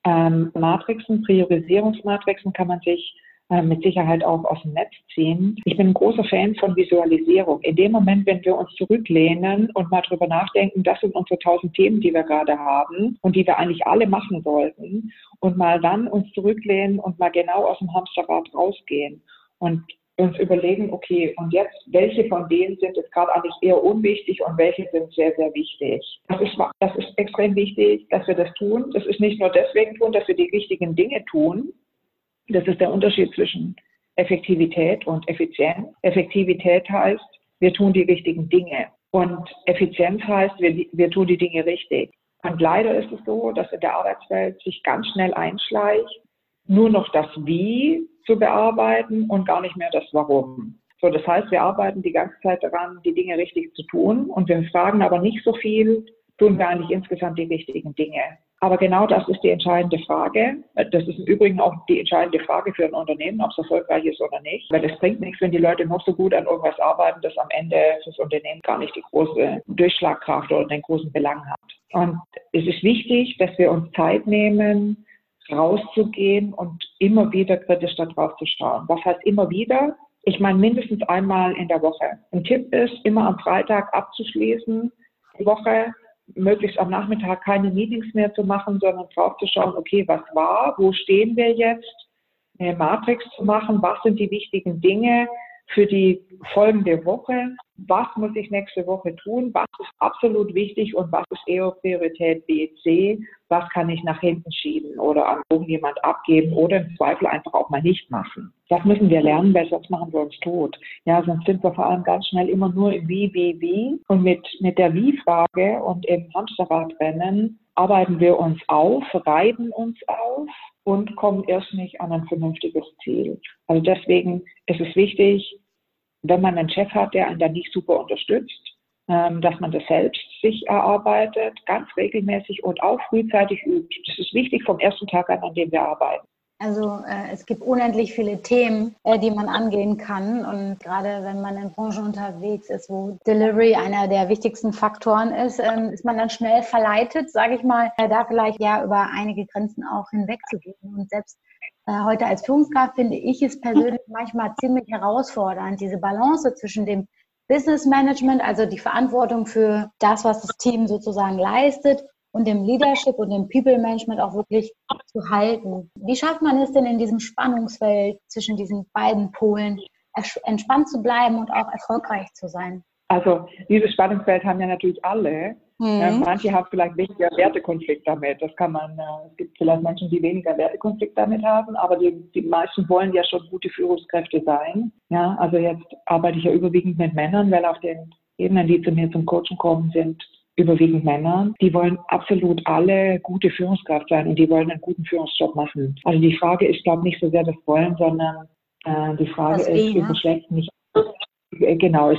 Matrixen, Priorisierungsmatrixen kann man sich mit Sicherheit auch aus dem Netz ziehen. Ich bin ein großer Fan von Visualisierung. In dem Moment, wenn wir uns zurücklehnen und mal drüber nachdenken, das sind unsere 1000 Themen, die wir gerade haben und die wir eigentlich alle machen sollten und mal dann uns zurücklehnen und mal genau aus dem Hamsterrad rausgehen und uns überlegen, okay, und jetzt, welche von denen sind jetzt gerade eigentlich eher unwichtig und welche sind sehr, sehr wichtig. Das ist extrem wichtig, dass wir das tun. Das ist nicht nur deswegen tun, dass wir die richtigen Dinge tun. Das ist der Unterschied zwischen Effektivität und Effizienz. Effektivität heißt, wir tun die richtigen Dinge. Und Effizienz heißt, wir tun die Dinge richtig. Und leider ist es so, dass in der Arbeitswelt sich ganz schnell einschleicht, nur noch das Wie zu bearbeiten und gar nicht mehr das Warum. So, das heißt, wir arbeiten die ganze Zeit daran, die Dinge richtig zu tun und wir fragen aber nicht so viel, tun wir eigentlich insgesamt die richtigen Dinge. Aber genau das ist die entscheidende Frage. Das ist im Übrigen auch die entscheidende Frage für ein Unternehmen, ob es erfolgreich ist oder nicht. Weil es bringt nichts, wenn die Leute noch so gut an irgendwas arbeiten, das am Ende fürs Unternehmen gar nicht die große Durchschlagkraft oder den großen Belang hat. Und es ist wichtig, dass wir uns Zeit nehmen, rauszugehen und immer wieder kritisch darauf zu schauen. Was heißt immer wieder? Ich meine mindestens einmal in der Woche. Ein Tipp ist, immer am Freitag abzuschließen, die Woche möglichst am Nachmittag keine Meetings mehr zu machen, sondern drauf zu schauen, okay, was war, wo stehen wir jetzt, eine Matrix zu machen, was sind die wichtigen Dinge für die folgende Woche, was muss ich nächste Woche tun, was ist absolut wichtig und was ist eher Priorität B, C, was kann ich nach hinten schieben oder an irgendjemand abgeben oder im Zweifel einfach auch mal nicht machen. Das müssen wir lernen, weil sonst machen wir uns tot. Ja, sonst sind wir vor allem ganz schnell immer nur im Wie. Und mit der Wie-Frage und im Hamsterradrennen arbeiten wir uns auf, reiben uns auf und kommen erst nicht an ein vernünftiges Ziel. Also deswegen ist es wichtig, wenn man einen Chef hat, der einen da nicht super unterstützt, dass man das selbst sich erarbeitet, ganz regelmäßig und auch frühzeitig übt. Das ist wichtig vom ersten Tag an dem wir arbeiten. Also es gibt unendlich viele Themen, die man angehen kann und gerade wenn man in Branchen unterwegs ist, wo Delivery einer der wichtigsten Faktoren ist, ist man dann schnell verleitet, sage ich mal, da vielleicht ja über einige Grenzen auch hinwegzugehen. Und selbst heute als Führungskraft finde ich es persönlich manchmal ziemlich herausfordernd, diese Balance zwischen dem Business Management, also die Verantwortung für das, was das Team sozusagen leistet, und dem Leadership und dem People Management auch wirklich zu halten. Wie schafft man es denn in diesem Spannungsfeld zwischen diesen beiden Polen, entspannt zu bleiben und auch erfolgreich zu sein? Also dieses Spannungsfeld haben ja natürlich alle. Manche haben vielleicht weniger Wertekonflikt damit. Das kann man, es gibt vielleicht Menschen, die weniger Wertekonflikt damit haben, aber die meisten wollen ja schon gute Führungskräfte sein. Ja, also jetzt arbeite ich ja überwiegend mit Männern, weil auf den Ebenen, die zu mir zum Coaching kommen, sind überwiegend Männer. Die wollen absolut alle gute Führungskraft sein und die wollen einen guten Führungsjob machen. Also die Frage ist, glaube ich, nicht so sehr das Wollen, sondern die Frage ist, überschlägt nicht. Genau, ist es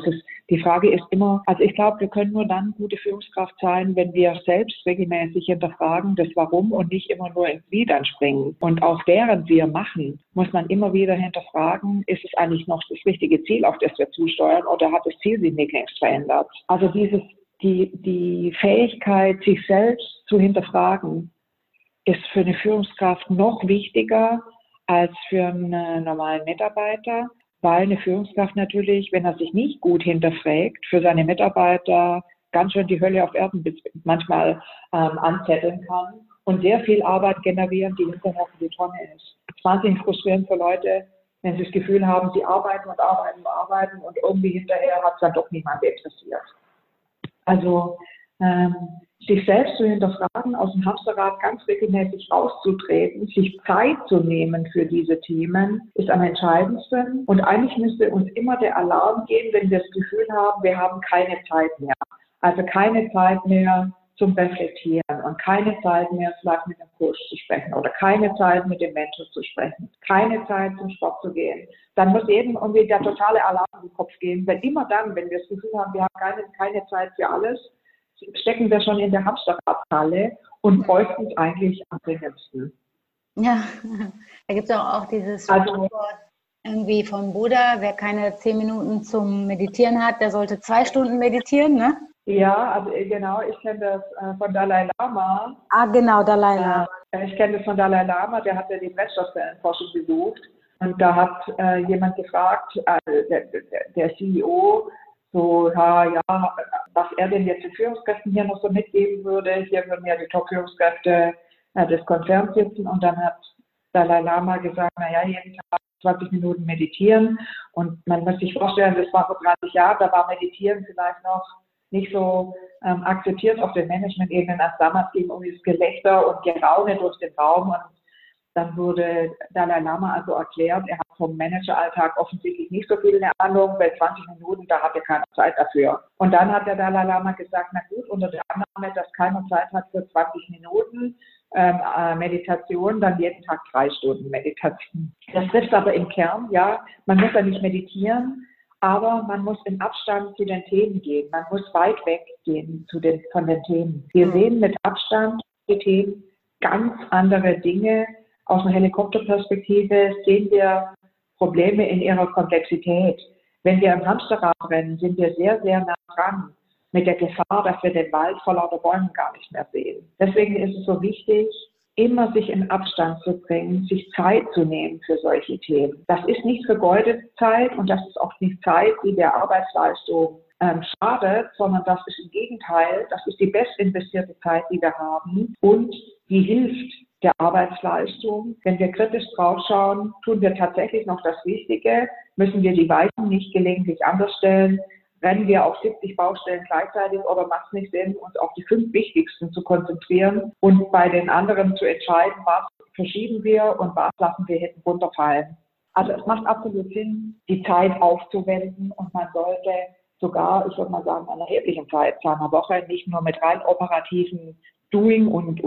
Die Frage ist immer, also ich glaube, wir können nur dann gute Führungskraft sein, wenn wir selbst regelmäßig hinterfragen, das Warum und nicht immer nur ins Wie dann springen. Und auch während wir machen, muss man immer wieder hinterfragen, ist es eigentlich noch das richtige Ziel, auf das wir zusteuern, oder hat das Ziel sich nichts verändert? Also die Fähigkeit, sich selbst zu hinterfragen, ist für eine Führungskraft noch wichtiger als für einen normalen Mitarbeiter, weil eine Führungskraft natürlich, wenn er sich nicht gut hinterfragt, für seine Mitarbeiter ganz schön die Hölle auf Erden manchmal anzetteln kann und sehr viel Arbeit generieren, die hinterher für die Tonne ist. Es ist wahnsinnig frustrierend für Leute, wenn sie das Gefühl haben, sie arbeiten und arbeiten und arbeiten und irgendwie hinterher hat es dann doch niemand interessiert. Also sich selbst zu hinterfragen, aus dem Hamsterrad ganz regelmäßig rauszutreten, sich Zeit zu nehmen für diese Themen, ist am entscheidendsten. Und eigentlich müsste uns immer der Alarm gehen, wenn wir das Gefühl haben, wir haben keine Zeit mehr. Also keine Zeit mehr zum Reflektieren und keine Zeit mehr vielleicht mit dem Coach zu sprechen oder keine Zeit mit dem Mentor zu sprechen, keine Zeit zum Sport zu gehen. Dann muss jedem irgendwie der totale Alarm im Kopf gehen, weil immer dann, wenn wir das Gefühl haben, wir haben keine Zeit für alles, stecken wir schon in der Hamsterradfalle und bräuchten es eigentlich am dringendsten. Ja, da gibt es auch dieses Sprichwort irgendwie von Buddha, wer keine 10 Minuten zum Meditieren hat, der sollte 2 Stunden meditieren, ne? Ja, also genau, ich kenne das von Dalai Lama. Ah, genau, Dalai Lama. Ich kenne das von Dalai Lama, der hat ja die Brennstoffzellenforschung besucht. Und da hat jemand gefragt, der CEO, so, ja, was er denn jetzt den Führungskräften hier noch so mitgeben würde. Hier würden ja die Top-Führungskräfte des Konzerns sitzen. Und dann hat Dalai Lama gesagt, naja, jeden Tag 20 Minuten meditieren. Und man muss sich vorstellen, das war vor 30 Jahren, da war Meditieren vielleicht noch nicht so akzeptiert auf den Management-Ebenen, als damals ging um das Gelächter und Geraune durch den Raum. Und dann wurde Dalai Lama also erklärt, er hat vom Manageralltag offensichtlich nicht so viel eine Ahnung, weil 20 Minuten, da hat er keine Zeit dafür. Und dann hat der Dalai Lama gesagt, na gut, unter der Annahme, dass keiner Zeit hat für 20 Minuten Meditation, dann jeden Tag 3 Stunden Meditation. Das trifft aber im Kern, ja, man muss ja nicht meditieren, aber man muss in Abstand zu den Themen gehen. Man muss weit weggehen von den Themen. Wir sehen mit Abstand die Themen ganz andere Dinge. Aus einer Helikopterperspektive sehen wir Probleme in ihrer Komplexität. Wenn wir im Hamsterrad rennen, sind wir sehr, sehr nah dran mit der Gefahr, dass wir den Wald vor lauter Bäumen gar nicht mehr sehen. Deswegen ist es so wichtig, immer sich in Abstand zu bringen, sich Zeit zu nehmen für solche Themen. Das ist nicht vergeudete Zeit und das ist auch nicht Zeit, die der Arbeitsleistung schadet, sondern das ist im Gegenteil, das ist die bestinvestierte Zeit, die wir haben und die hilft der Arbeitsleistung. Wenn wir kritisch draufschauen, tun wir tatsächlich noch das Richtige, müssen wir die Weichen nicht gelegentlich anders stellen, rennen wir auf 70 Baustellen gleichzeitig oder macht es nicht Sinn, uns auf die 5 wichtigsten zu konzentrieren und bei den anderen zu entscheiden, was verschieben wir und was lassen wir hinten runterfallen. Also es macht absolut Sinn, die Zeit aufzuwenden und man sollte sogar, ich würde mal sagen, einen erheblichen Zeitraum einer Woche nicht nur mit rein operativen Doing und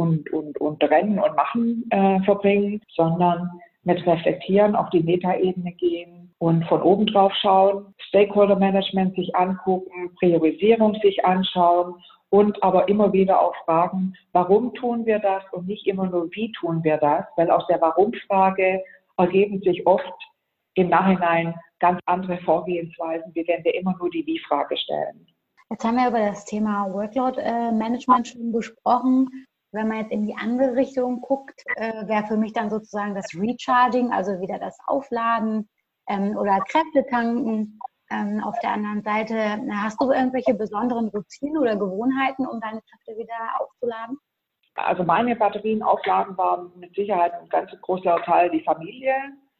Rennen und Machen verbringen, sondern mit Reflektieren auf die Metaebene gehen und von oben drauf schauen, Stakeholder-Management sich angucken, Priorisierung sich anschauen und aber immer wieder auch fragen, warum tun wir das und nicht immer nur, wie tun wir das, weil aus der Warum-Frage ergeben sich oft im Nachhinein ganz andere Vorgehensweisen, wie wenn wir immer nur die Wie-Frage stellen. Jetzt haben wir über das Thema Workload-Management schon besprochen. Wenn man jetzt in die andere Richtung guckt, wäre für mich dann sozusagen das Recharging, also wieder das Aufladen oder Kräfte tanken. Auf der anderen Seite, hast du irgendwelche besonderen Routinen oder Gewohnheiten, um deine Kräfte wieder aufzuladen? Also meine Batterien aufladen waren mit Sicherheit ein ganz großer Teil die Familie.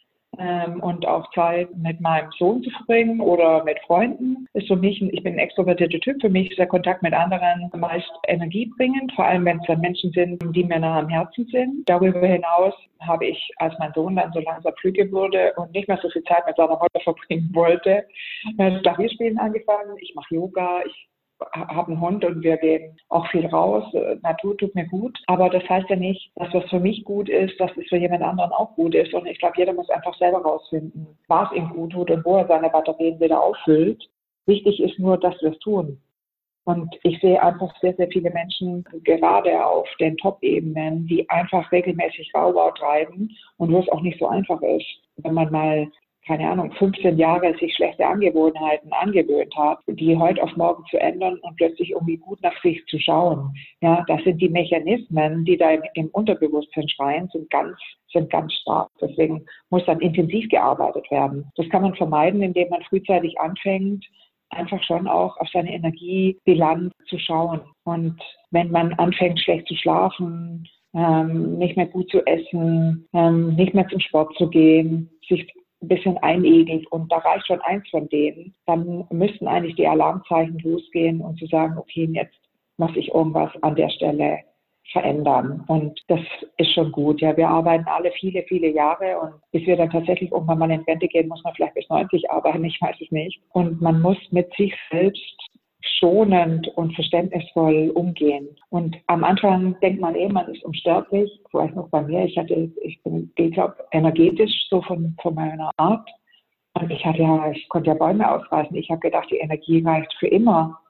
Und auch Zeit mit meinem Sohn zu verbringen oder mit Freunden ist für mich, ich bin ein extrovertierter Typ, für mich ist der Kontakt mit anderen meist energiebringend, vor allem wenn es dann Menschen sind, die mir nah am Herzen sind. Darüber hinaus habe ich, als mein Sohn dann so langsam flügge wurde und nicht mehr so viel Zeit mit seiner Mutter verbringen wollte, Klavierspielen angefangen, ich mache Yoga, ich habe einen Hund und wir gehen auch viel raus. Natur tut mir gut. Aber das heißt ja nicht, dass was für mich gut ist, dass es für jemand anderen auch gut ist. Und ich glaube, jeder muss einfach selber rausfinden, was ihm gut tut und wo er seine Batterien wieder auffüllt. Wichtig ist nur, dass wir es tun. Und ich sehe einfach sehr, sehr viele Menschen, gerade auf den Top-Ebenen, die einfach regelmäßig Raubbau treiben und wo es auch nicht so einfach ist. Wenn man mal, keine Ahnung, 15 Jahre sich schlechte Angewohnheiten angewöhnt hat, die heute auf morgen zu ändern und plötzlich irgendwie gut nach sich zu schauen. Ja, das sind die Mechanismen, die da im Unterbewusstsein schreien, sind ganz stark. Deswegen muss dann intensiv gearbeitet werden. Das kann man vermeiden, indem man frühzeitig anfängt, einfach schon auch auf seine Energiebilanz zu schauen. Und wenn man anfängt, schlecht zu schlafen, nicht mehr gut zu essen, nicht mehr zum Sport zu gehen, sich ein bisschen einigelt und da reicht schon eins von denen, dann müssten eigentlich die Alarmzeichen losgehen und zu sagen, okay, jetzt muss ich irgendwas an der Stelle verändern. Und das ist schon gut. Ja, wir arbeiten alle viele, viele Jahre und bis wir dann tatsächlich irgendwann mal in Rente gehen, muss man vielleicht bis 90 arbeiten, ich weiß es nicht. Und man muss mit sich selbst schonend und verständnisvoll umgehen. Und am Anfang denkt man man ist unsterblich. Vielleicht noch bei mir. Ich bin, glaube energetisch so von meiner Art. Und ich konnte ja Bäume ausreißen. Ich habe gedacht, die Energie reicht für immer.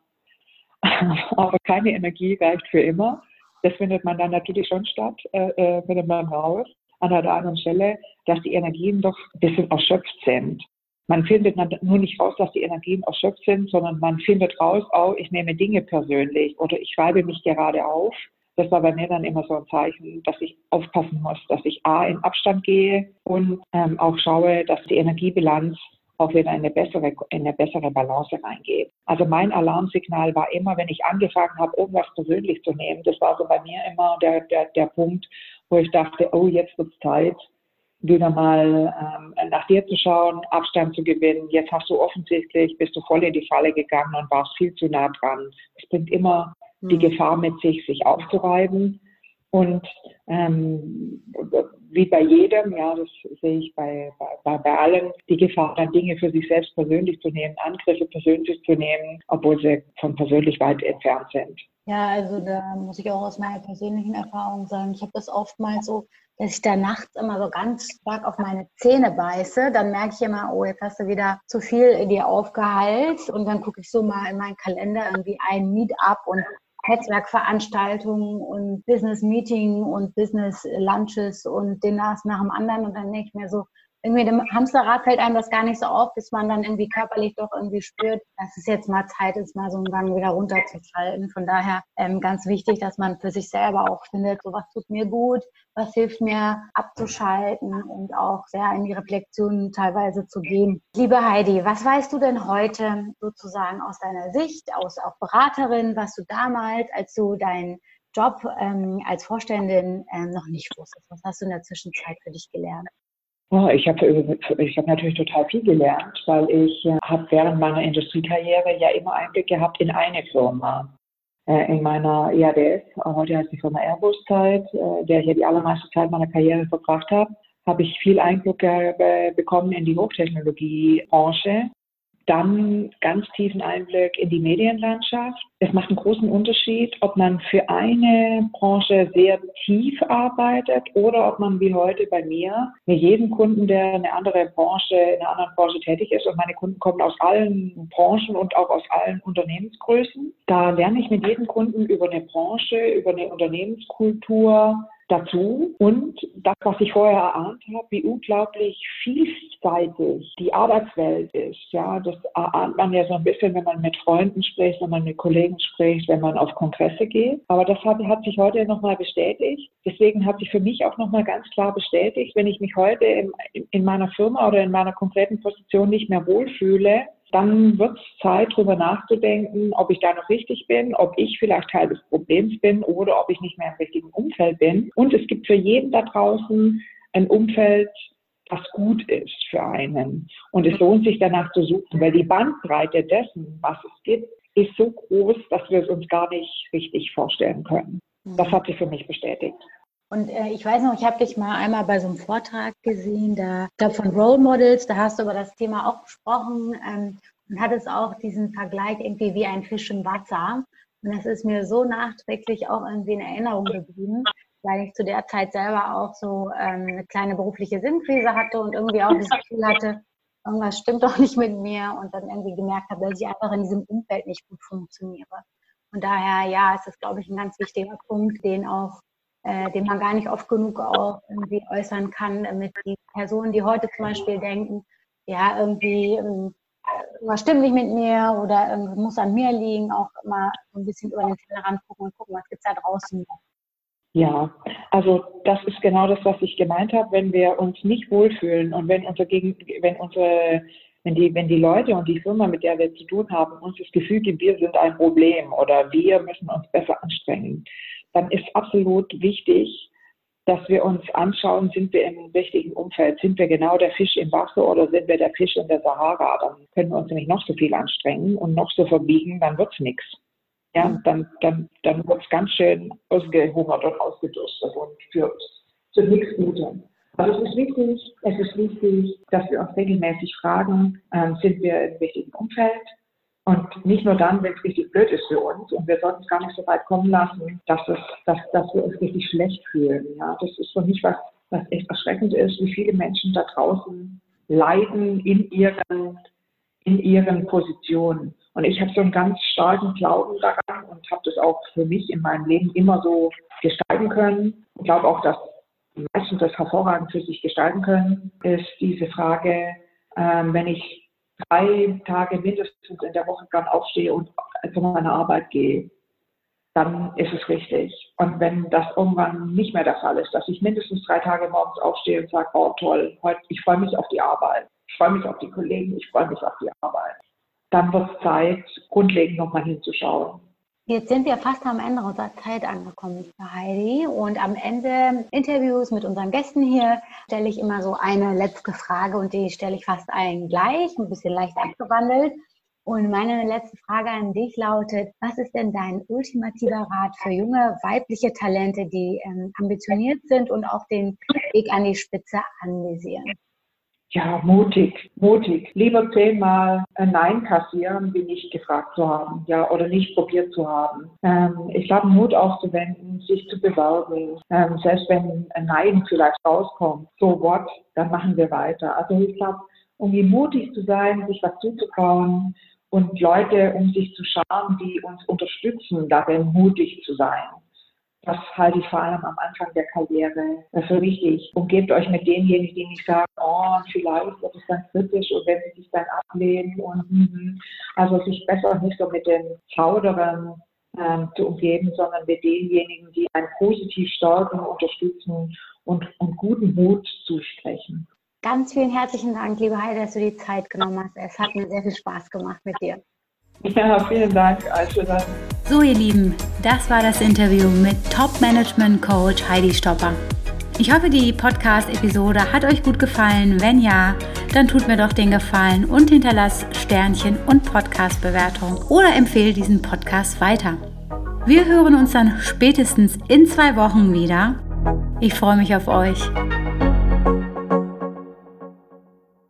Aber keine Energie reicht für immer. Das findet man dann natürlich schon statt, findet man raus, an der anderen Stelle, dass die Energien doch ein bisschen erschöpft sind. Man findet nur nicht raus, dass die Energien erschöpft sind, sondern man findet raus, ich nehme Dinge persönlich oder ich schreibe mich gerade auf. Das war bei mir dann immer so ein Zeichen, dass ich aufpassen muss, dass ich in Abstand gehe und auch schaue, dass die Energiebilanz auch wieder in eine bessere Balance reingeht. Also mein Alarmsignal war immer, wenn ich angefangen habe, irgendwas persönlich zu nehmen, das war so bei mir immer der Punkt, wo ich dachte, jetzt wird es Zeit, wieder mal nach dir zu schauen, Abstand zu gewinnen. Jetzt bist du voll in die Falle gegangen und warst viel zu nah dran. Es bringt immer die Gefahr mit sich aufzureiben. Und wie bei jedem, ja, das sehe ich bei allen, die Gefahr, dann Dinge für sich selbst persönlich zu nehmen, Angriffe persönlich zu nehmen, obwohl sie von persönlich weit entfernt sind. Ja, also da muss ich auch aus meiner persönlichen Erfahrung sagen, ich habe das oftmals so, dass ich da nachts immer so ganz stark auf meine Zähne beiße. Dann merke ich immer, jetzt hast du wieder zu viel in dir aufgeheilt. Und dann gucke ich so mal in meinen Kalender irgendwie ein Meetup und Netzwerkveranstaltungen und Business-Meeting und Business-Lunches und den nach dem anderen. Und dann denke ich mir so, irgendwie im Hamsterrad fällt einem das gar nicht so auf, bis man dann irgendwie körperlich doch irgendwie spürt, dass es jetzt mal Zeit ist, mal so einen Gang wieder runterzufallen. Von daher ganz wichtig, dass man für sich selber auch findet, so was tut mir gut, was hilft mir abzuschalten und auch sehr in die Reflexion teilweise zu gehen. Liebe Heidi, was weißt du denn heute sozusagen aus deiner Sicht, auch Beraterin, was du damals, als du deinen Job als Vorständin noch nicht wusstest? Was hast du in der Zwischenzeit für dich gelernt? Ich hab natürlich total viel gelernt, weil ich habe während meiner Industriekarriere ja immer Einblick gehabt in eine Firma. In meiner EADS, heute heißt die Firma Airbus-Zeit, der ich ja die allermeiste Zeit meiner Karriere verbracht habe ich viel Einblick bekommen in die Hochtechnologiebranche. Dann ganz tiefen Einblick in die Medienlandschaft. Es macht einen großen Unterschied, ob man für eine Branche sehr tief arbeitet oder ob man wie heute bei mir mit jedem Kunden, der in einer anderen Branche tätig ist, und meine Kunden kommen aus allen Branchen und auch aus allen Unternehmensgrößen. Da lerne ich mit jedem Kunden über eine Branche, über eine Unternehmenskultur dazu und das, was ich vorher erahnt habe, wie unglaublich vielseitig die Arbeitswelt ist. Ja, das erahnt man ja so ein bisschen, wenn man mit Freunden spricht, wenn man mit Kollegen spricht, wenn man auf Kongresse geht. Aber das hat sich heute nochmal bestätigt. Deswegen hat sich für mich auch nochmal ganz klar bestätigt, wenn ich mich heute in meiner Firma oder in meiner konkreten Position nicht mehr wohlfühle, dann wird es Zeit, darüber nachzudenken, ob ich da noch richtig bin, ob ich vielleicht Teil des Problems bin oder ob ich nicht mehr im richtigen Umfeld bin. Und es gibt für jeden da draußen ein Umfeld, das gut ist für einen. Und es lohnt sich danach zu suchen, weil die Bandbreite dessen, was es gibt, ist so groß, dass wir es uns gar nicht richtig vorstellen können. Das hat sich für mich bestätigt. Und ich weiß noch, ich habe dich mal einmal bei so einem Vortrag gesehen, ich glaube von Role Models, da hast du über das Thema auch gesprochen und hattest auch diesen Vergleich irgendwie wie ein Fisch im Wasser. Und das ist mir so nachträglich auch irgendwie in Erinnerung geblieben, weil ich zu der Zeit selber auch so eine kleine berufliche Sinnkrise hatte und irgendwie auch das Gefühl hatte, irgendwas stimmt doch nicht mit mir und dann irgendwie gemerkt habe, dass ich einfach in diesem Umfeld nicht gut funktioniere. Und daher, ja, ist das, glaube ich, ein ganz wichtiger Punkt, den man gar nicht oft genug auch irgendwie äußern kann, mit die Personen, die heute zum Beispiel denken, ja, irgendwie was stimmt nicht mit mir oder muss an mir liegen, auch mal so ein bisschen über den Tellerrand gucken und gucken, was gibt es da draußen noch. Ja, also das ist genau das, was ich gemeint habe, wenn wir uns nicht wohlfühlen und wenn die Leute und die Firma, mit der wir zu tun haben, uns das Gefühl gibt, wir sind ein Problem oder wir müssen uns besser anstrengen, dann ist absolut wichtig, dass wir uns anschauen, sind wir im richtigen Umfeld, sind wir genau der Fisch im Wasser oder sind wir der Fisch in der Sahara, dann können wir uns nämlich noch so viel anstrengen und noch so verbiegen, dann wird's nichts. Ja, dann wird es ganz schön ausgehungert und ausgedurstet und führt zu nichts Gutem. Also es ist wichtig, dass wir uns regelmäßig fragen, sind wir im richtigen Umfeld? Und nicht nur dann, wenn es richtig blöd ist für uns und wir sollten es gar nicht so weit kommen lassen, dass wir uns richtig schlecht fühlen. Ja, das ist für mich was echt erschreckend ist, wie viele Menschen da draußen leiden in ihren Positionen. Und ich habe so einen ganz starken Glauben daran und habe das auch für mich in meinem Leben immer so gestalten können. Ich glaube auch, dass die meisten das hervorragend für sich gestalten können, ist diese Frage, wenn ich 3 Tage mindestens in der Woche dann aufstehe und zu meiner Arbeit gehe, dann ist es richtig. Und wenn das irgendwann nicht mehr der Fall ist, dass ich mindestens 3 Tage morgens aufstehe und sage, oh toll, heute, ich freue mich auf die Arbeit, ich freue mich auf die Kollegen, ich freue mich auf die Arbeit, dann wird es Zeit, grundlegend nochmal hinzuschauen. Jetzt sind wir fast am Ende unserer Zeit angekommen, liebe Heidi. Und am Ende Interviews mit unseren Gästen hier stelle ich immer so eine letzte Frage und die stelle ich fast allen gleich, ein bisschen leicht abgewandelt. Und meine letzte Frage an dich lautet, was ist denn dein ultimativer Rat für junge weibliche Talente, die ambitioniert sind und auch den Weg an die Spitze anvisieren? Ja, mutig. Lieber 10-mal ein Nein kassieren, wie nicht gefragt zu haben, ja, oder nicht probiert zu haben. Ich glaube, Mut aufzuwenden, sich zu bewerben, selbst wenn ein Nein vielleicht rauskommt, so what, dann machen wir weiter. Also ich glaube, irgendwie mutig zu sein, sich was zuzutrauen und Leute um sich zu scharen, die uns unterstützen, darin mutig zu sein. Das halte ich vor allem am Anfang der Karriere für wichtig. Umgebt euch mit denjenigen, die nicht sagen, oh, vielleicht wird es dann kritisch und wenn sie sich dann ablehnen und also sich besser nicht so mit den Zauderern zu umgeben, sondern mit denjenigen, die einen positiv stärken, unterstützen und guten Mut zusprechen. Ganz vielen herzlichen Dank, liebe Heidi, dass du die Zeit genommen hast. Es hat mir sehr viel Spaß gemacht mit dir. Ja, vielen Dank, Aische. So, ihr Lieben, das war das Interview mit Top-Management-Coach Heidi Stopper. Ich hoffe, die Podcast-Episode hat euch gut gefallen. Wenn ja, dann tut mir doch den Gefallen und hinterlasst Sternchen und Podcast-Bewertung oder empfehlt diesen Podcast weiter. Wir hören uns dann spätestens in 2 Wochen wieder. Ich freue mich auf euch.